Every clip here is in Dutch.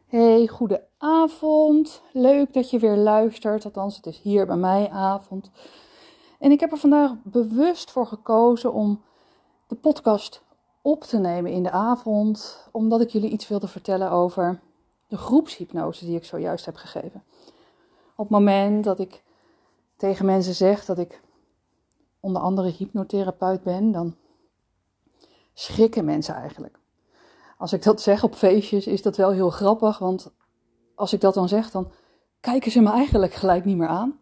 Hey, goede avond. Leuk dat je weer luistert. Althans, het is hier bij mij avond. En ik heb er vandaag bewust voor gekozen om de podcast op te nemen in de avond. Omdat ik jullie iets wilde vertellen over de groepshypnose die ik zojuist heb gegeven. Op het moment dat ik tegen mensen zeg dat ik onder andere hypnotherapeut ben, dan schrikken mensen eigenlijk. Als ik dat zeg op feestjes is dat wel heel grappig, want als ik dat dan zeg, dan kijken ze me eigenlijk gelijk niet meer aan.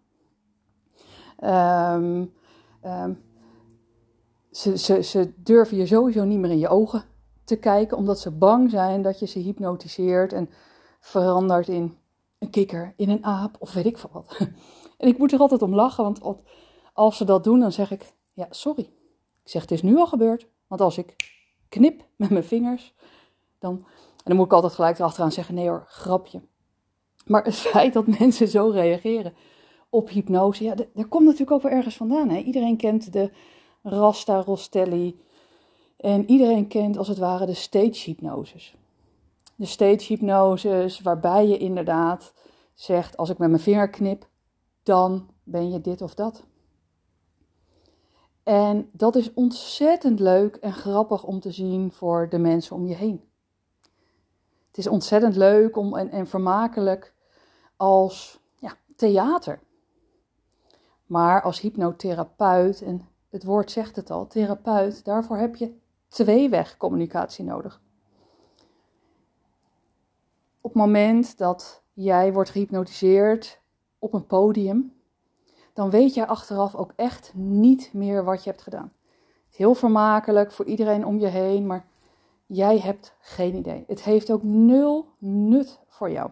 Ze durven je sowieso niet meer in je ogen te kijken, omdat ze bang zijn dat je ze hypnotiseert en verandert in een kikker, in een aap of weet ik veel wat. En ik moet er altijd om lachen, want als ze dat doen, dan zeg ik, ja, sorry. Ik zeg, het is nu al gebeurd, want als ik knip met mijn vingers, dan moet ik altijd gelijk erachteraan zeggen, nee hoor, grapje. Maar het feit dat mensen zo reageren op hypnose, ja, daar komt natuurlijk ook wel ergens vandaan. Hè? Iedereen kent de Rasta Rostelli en iedereen kent als het ware de stage hypnoses. De stage hypnoses waarbij je inderdaad zegt, als ik met mijn vinger knip, dan ben je dit of dat. En dat is ontzettend leuk en grappig om te zien voor de mensen om je heen. Het is ontzettend leuk en vermakelijk als theater. Maar als hypnotherapeut, en het woord zegt het al, therapeut, daarvoor heb je tweeweg communicatie nodig. Op het moment dat jij wordt gehypnotiseerd op een podium, dan weet jij achteraf ook echt niet meer wat je hebt gedaan. Het is heel vermakelijk voor iedereen om je heen, maar jij hebt geen idee. Het heeft ook 0 nut voor jou.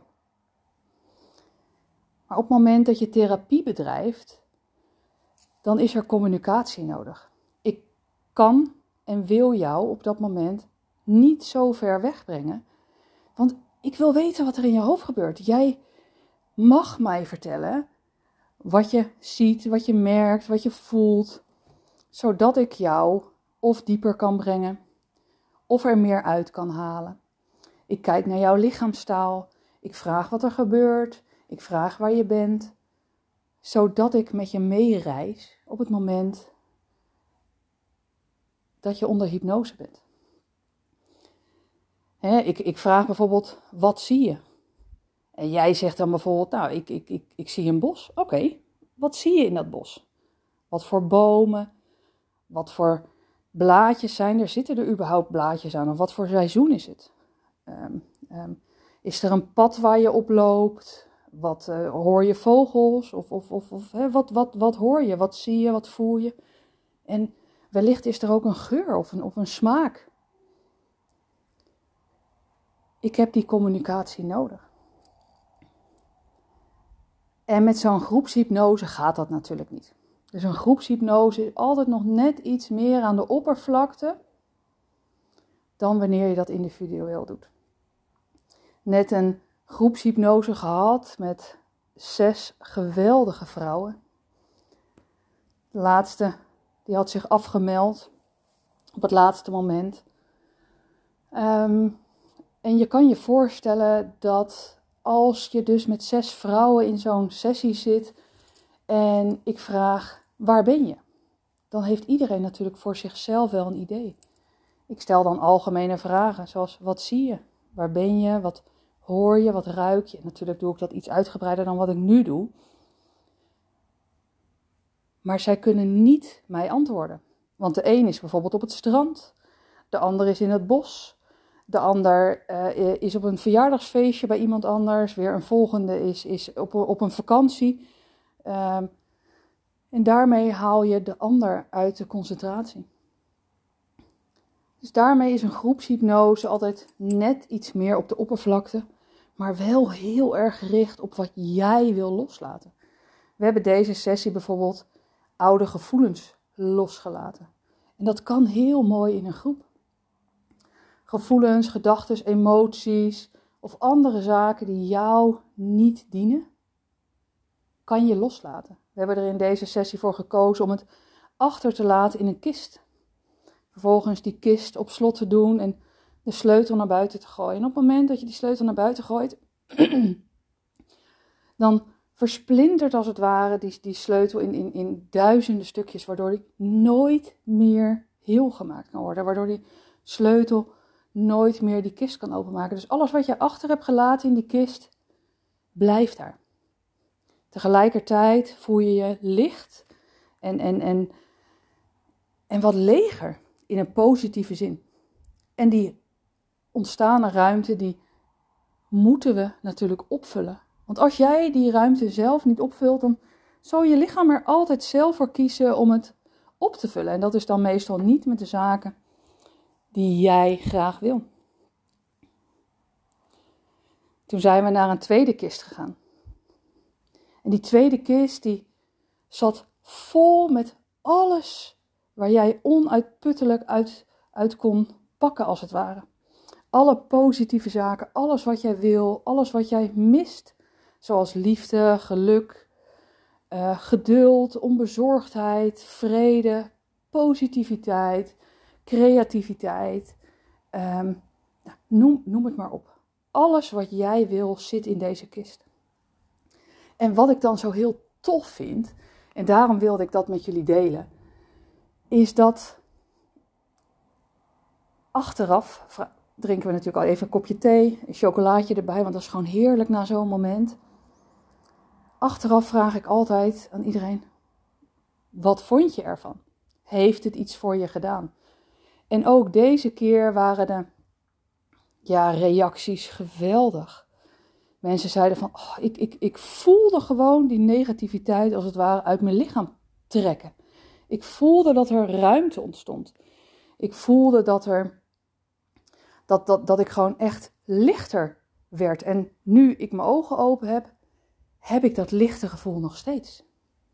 Maar op het moment dat je therapie bedrijft, dan is er communicatie nodig. Ik kan en wil jou op dat moment niet zo ver wegbrengen. Want ik wil weten wat er in je hoofd gebeurt. Jij mag mij vertellen wat je ziet, wat je merkt, wat je voelt. Zodat ik jou of dieper kan brengen, of er meer uit kan halen. Ik kijk naar jouw lichaamstaal. Ik vraag wat er gebeurt. Ik vraag waar je bent. Zodat ik met je meereis op het moment dat je onder hypnose bent. Ik vraag bijvoorbeeld, wat zie je? En jij zegt dan bijvoorbeeld, nou, ik zie een bos. Oké, wat zie je in dat bos? Wat voor bomen? Wat voor blaadjes zijn er? Zitten er überhaupt blaadjes aan? Of wat voor seizoen is het? Is er een pad waar je op loopt? Wat hoor je vogels? Wat hoor je? Wat zie je? Wat voel je? En wellicht is er ook een geur of een smaak. Ik heb die communicatie nodig. En met zo'n groepshypnose gaat dat natuurlijk niet. Dus een groepshypnose is altijd nog net iets meer aan de oppervlakte dan wanneer je dat individueel doet. Net een groepshypnose gehad met 6 geweldige vrouwen. De laatste, die had zich afgemeld op het laatste moment. En je kan je voorstellen dat als je dus met 6 vrouwen in zo'n sessie zit en ik vraag, waar ben je? Dan heeft iedereen natuurlijk voor zichzelf wel een idee. Ik stel dan algemene vragen, zoals wat zie je? Waar ben je? Wat hoor je? Wat ruik je? Natuurlijk doe ik dat iets uitgebreider dan wat ik nu doe. Maar zij kunnen niet mij antwoorden. Want de een is bijvoorbeeld op het strand, de ander is in het bos, de ander is op een verjaardagsfeestje bij iemand anders, weer een volgende is op een vakantie. En daarmee haal je de ander uit de concentratie. Dus daarmee is een groepshypnose altijd net iets meer op de oppervlakte, maar wel heel erg gericht op wat jij wil loslaten. We hebben deze sessie bijvoorbeeld oude gevoelens losgelaten. En dat kan heel mooi in een groep. Gevoelens, gedachten, emoties of andere zaken die jou niet dienen, kan je loslaten. We hebben er in deze sessie voor gekozen om het achter te laten in een kist. Vervolgens die kist op slot te doen en de sleutel naar buiten te gooien. En op het moment dat je die sleutel naar buiten gooit, dan versplintert als het ware die sleutel in duizenden stukjes, waardoor die nooit meer heel gemaakt kan worden. Waardoor die sleutel nooit meer die kist kan openmaken. Dus alles wat je achter hebt gelaten in die kist, blijft daar. Tegelijkertijd voel je je licht en wat leger in een positieve zin. En die ontstane ruimte, die moeten we natuurlijk opvullen. Want als jij die ruimte zelf niet opvult, dan zal je lichaam er altijd zelf voor kiezen om het op te vullen. En dat is dan meestal niet met de zaken die jij graag wil. Toen zijn we naar een tweede kist gegaan. En die tweede kist die zat vol met alles waar jij onuitputtelijk uit kon pakken als het ware. Alle positieve zaken, alles wat jij wil, alles wat jij mist. Zoals liefde, geluk, geduld, onbezorgdheid, vrede, positiviteit, creativiteit. Noem het maar op. Alles wat jij wil zit in deze kist. En wat ik dan zo heel tof vind, en daarom wilde ik dat met jullie delen, is dat achteraf drinken we natuurlijk al even een kopje thee, een chocolaatje erbij, want dat is gewoon heerlijk na zo'n moment. Achteraf vraag ik altijd aan iedereen, wat vond je ervan? Heeft het iets voor je gedaan? En ook deze keer waren de reacties geweldig. Mensen zeiden van, ik voelde gewoon die negativiteit als het ware uit mijn lichaam trekken. Ik voelde dat er ruimte ontstond. Ik voelde dat ik gewoon echt lichter werd. En nu ik mijn ogen open heb ik dat lichte gevoel nog steeds.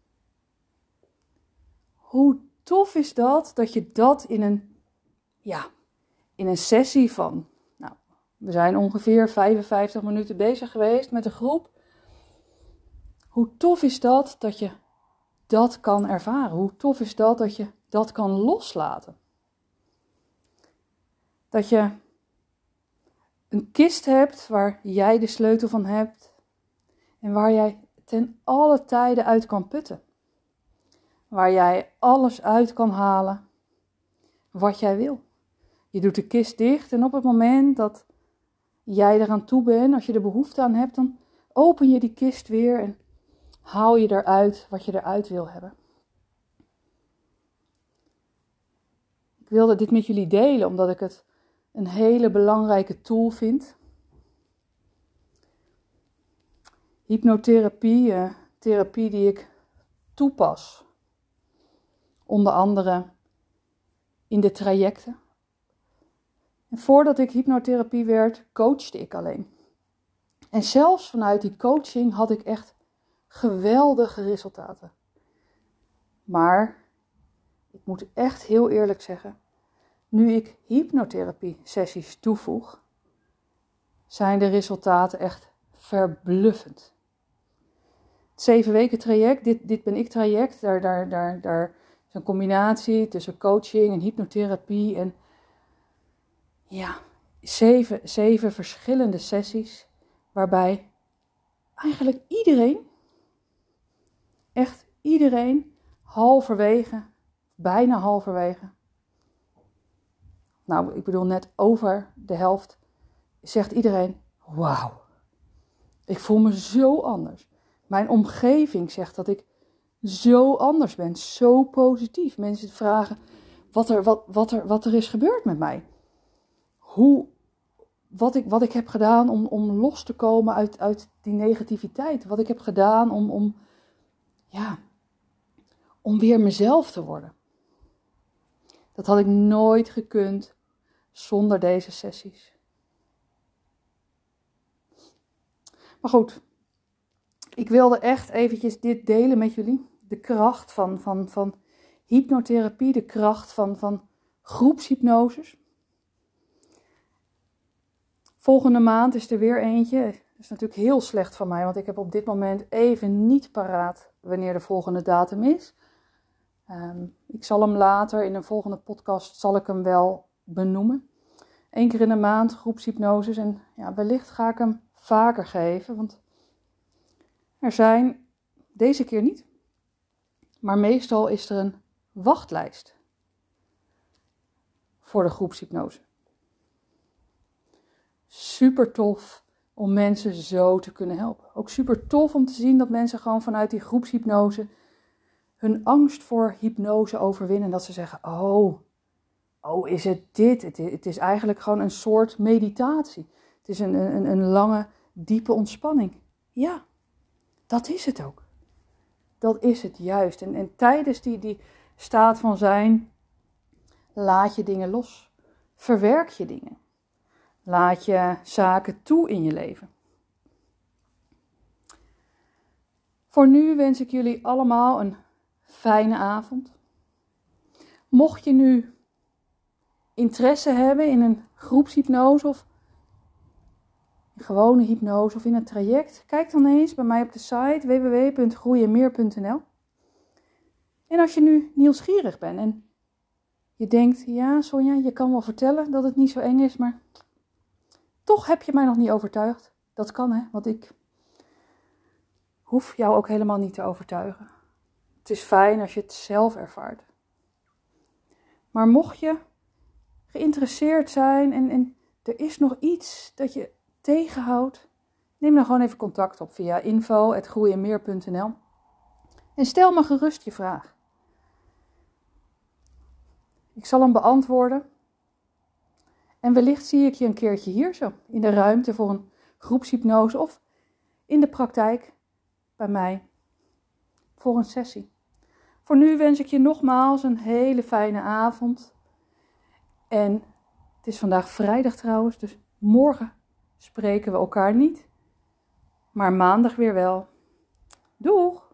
Hoe tof is dat je dat in een sessie van, we zijn ongeveer 55 minuten bezig geweest met een groep. Hoe tof is dat je dat kan ervaren? Hoe tof is dat je dat kan loslaten? Dat je een kist hebt waar jij de sleutel van hebt en waar jij ten alle tijden uit kan putten. Waar jij alles uit kan halen wat jij wil. Je doet de kist dicht en op het moment dat jij eraan toe bent, als je er behoefte aan hebt, dan open je die kist weer en haal je eruit wat je eruit wil hebben. Ik wilde dit met jullie delen omdat ik het een hele belangrijke tool vind. Hypnotherapie, therapie die ik toepas. Onder andere in de trajecten. En voordat ik hypnotherapie werd, coachte ik alleen. En zelfs vanuit die coaching had ik echt geweldige resultaten. Maar, ik moet echt heel eerlijk zeggen, nu ik hypnotherapie sessies toevoeg, zijn de resultaten echt verbluffend. Het 7 weken traject, dit ben ik traject, daar is een combinatie tussen coaching en hypnotherapie en 7 verschillende sessies, waarbij eigenlijk iedereen halverwege, bijna halverwege, ik bedoel net over de helft, zegt iedereen, wauw, ik voel me zo anders. Mijn omgeving zegt dat ik zo anders ben, zo positief. Mensen vragen wat er is gebeurd met mij. Wat ik heb gedaan om los te komen uit die negativiteit. Wat ik heb gedaan om weer mezelf te worden. Dat had ik nooit gekund zonder deze sessies. Maar goed, ik wilde echt eventjes dit delen met jullie. De kracht van hypnotherapie, de kracht van groepshypnoses. Volgende maand is er weer eentje. Dat is natuurlijk heel slecht van mij, want ik heb op dit moment even niet paraat wanneer de volgende datum is. Ik zal hem later in een volgende podcast wel benoemen. 1 keer in de maand groepshypnoses. En ja, wellicht ga ik hem vaker geven. Want er zijn, deze keer niet, maar meestal is er een wachtlijst voor de groepshypnose. Super tof om mensen zo te kunnen helpen. Ook super tof om te zien dat mensen gewoon vanuit die groepshypnose hun angst voor hypnose overwinnen. En dat ze zeggen, oh, is het dit? Het is eigenlijk gewoon een soort meditatie. Het is een lange, diepe ontspanning. Ja, dat is het ook. Dat is het juist. En tijdens die staat van zijn, laat je dingen los. Verwerk je dingen. Laat je zaken toe in je leven. Voor nu wens ik jullie allemaal een fijne avond. Mocht je nu interesse hebben in een groepshypnose of een gewone hypnose of in een traject, kijk dan eens bij mij op de site www.groeienmeer.nl. En als je nu nieuwsgierig bent en je denkt, ja Sonja, je kan wel vertellen dat het niet zo eng is, maar toch heb je mij nog niet overtuigd. Dat kan hè, want ik hoef jou ook helemaal niet te overtuigen. Het is fijn als je het zelf ervaart. Maar mocht je geïnteresseerd zijn en er is nog iets dat je tegenhoudt, neem dan gewoon even contact op via info@groeienmeer.nl en stel me gerust je vraag. Ik zal hem beantwoorden en wellicht zie ik je een keertje hier zo in de ruimte voor een groepshypnose of in de praktijk bij mij voor een sessie. Voor nu wens ik je nogmaals een hele fijne avond. En het is vandaag vrijdag trouwens, dus morgen spreken we elkaar niet. Maar maandag weer wel. Doeg!